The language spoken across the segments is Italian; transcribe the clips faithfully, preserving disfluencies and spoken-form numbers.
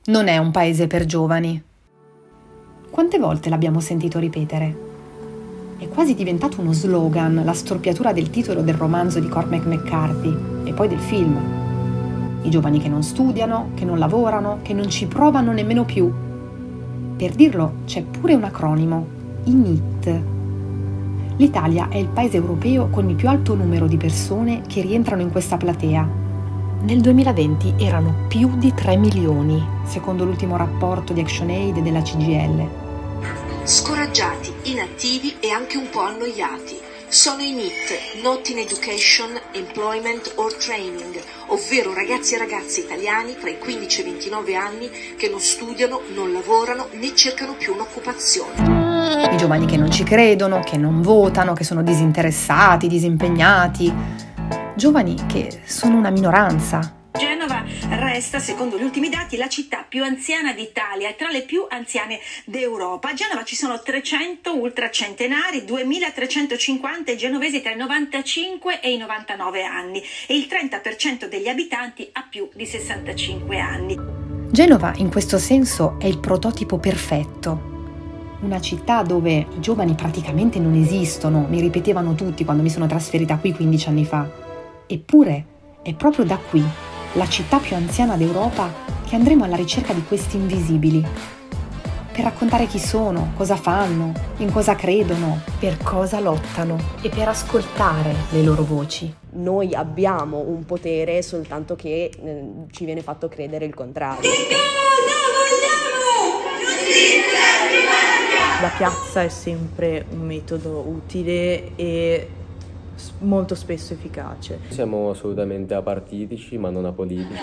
non è un paese per giovani. Quante volte l'abbiamo sentito ripetere? È quasi diventato uno slogan, la storpiatura del titolo del romanzo di Cormac McCarthy e poi del film. I giovani che non studiano, che non lavorano, che non ci provano nemmeno più. Per dirlo c'è pure un acronimo, I N I T. L'Italia è il paese europeo con il più alto numero di persone che rientrano in questa platea. Nel duemilaventi erano più di tre milioni, secondo l'ultimo rapporto di ActionAid e della C G I L. Scoraggiati, inattivi e anche un po' annoiati. Sono i N I T, Not in Education, Employment or Training, ovvero ragazzi e ragazze italiani tra i quindici e i ventinove anni che non studiano, non lavorano né cercano più un'occupazione. I giovani che non ci credono, che non votano, che sono disinteressati, disimpegnati. Giovani che sono una minoranza. Genova resta, secondo gli ultimi dati, la città più anziana d'Italia e tra le più anziane d'Europa. A Genova ci sono trecento ultracentenari, duemilatrecentocinquanta genovesi tra i novantacinque e i novantanove anni e il trenta per cento degli abitanti ha più di sessantacinque anni. Genova, in questo senso, è il prototipo perfetto. Una città dove i giovani praticamente non esistono, mi ripetevano tutti quando mi sono trasferita qui quindici anni fa. Eppure è proprio da qui, la città più anziana d'Europa, che andremo alla ricerca di questi invisibili, per raccontare chi sono, cosa fanno, in cosa credono, per cosa lottano e per ascoltare le loro voci. Noi abbiamo un potere soltanto che eh, ci viene fatto credere il contrario. Che cosa vogliamo? Giustizia primaria! La piazza è sempre un metodo utile e molto spesso efficace. Siamo assolutamente apartitici, ma non apolitici.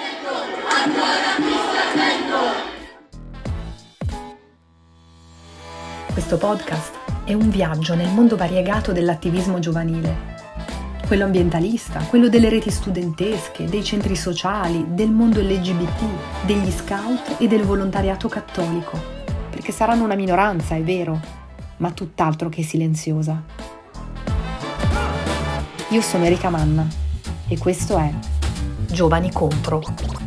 Questo podcast è un viaggio nel mondo variegato dell'attivismo giovanile. Quello ambientalista, quello delle reti studentesche, dei centri sociali, del mondo L G B T, degli scout e del volontariato cattolico. Perché saranno una minoranza, è vero, ma tutt'altro che silenziosa. Io sono Erika Manna e questo è Giovani Contro.